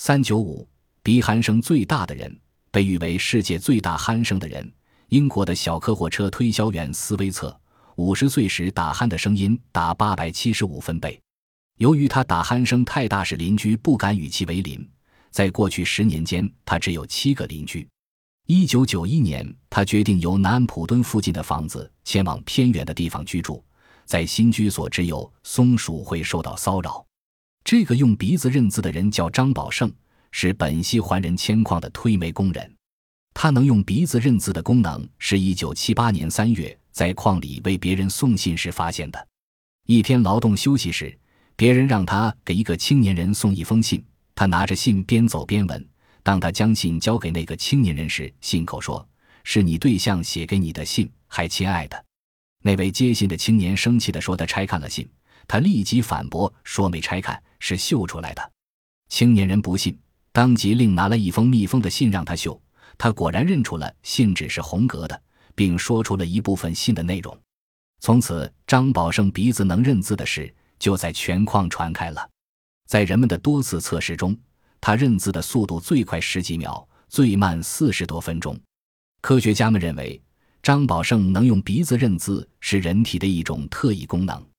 395鼻鼾声最大的人，被誉为世界最大鼾声的人，英国的小客货车推销员斯威策，50岁时打鼾的声音达875分贝。由于他打鼾声太大，使邻居不敢与其为邻，在过去10年间他只有7个邻居。1991年他决定由南安普敦附近的房子迁往偏远的地方居住，在新居所只有松鼠会受到骚扰。这个用鼻子认字的人叫张宝胜，是本溪环人铅矿的推煤工人。他能用鼻子认字的功能是1978年3月在矿里为别人送信时发现的。一天劳动休息时，别人让他给一个青年人送一封信，他拿着信边走边闻。当他将信交给那个青年人时，信口说：“是你对象写给你的信，还亲爱的。”那位接信的青年生气地说他拆看了信，他立即反驳说没拆看，是绣出来的。青年人不信，当即另拿了一封密封的信让他绣，他果然认出了信纸是红格的，并说出了一部分信的内容。从此张宝胜鼻子能认字的事就在全矿传开了。在人们的多次测试中，他认字的速度最快10几秒，最慢40多分钟。科学家们认为，张宝胜能用鼻子认字是人体的一种特异功能。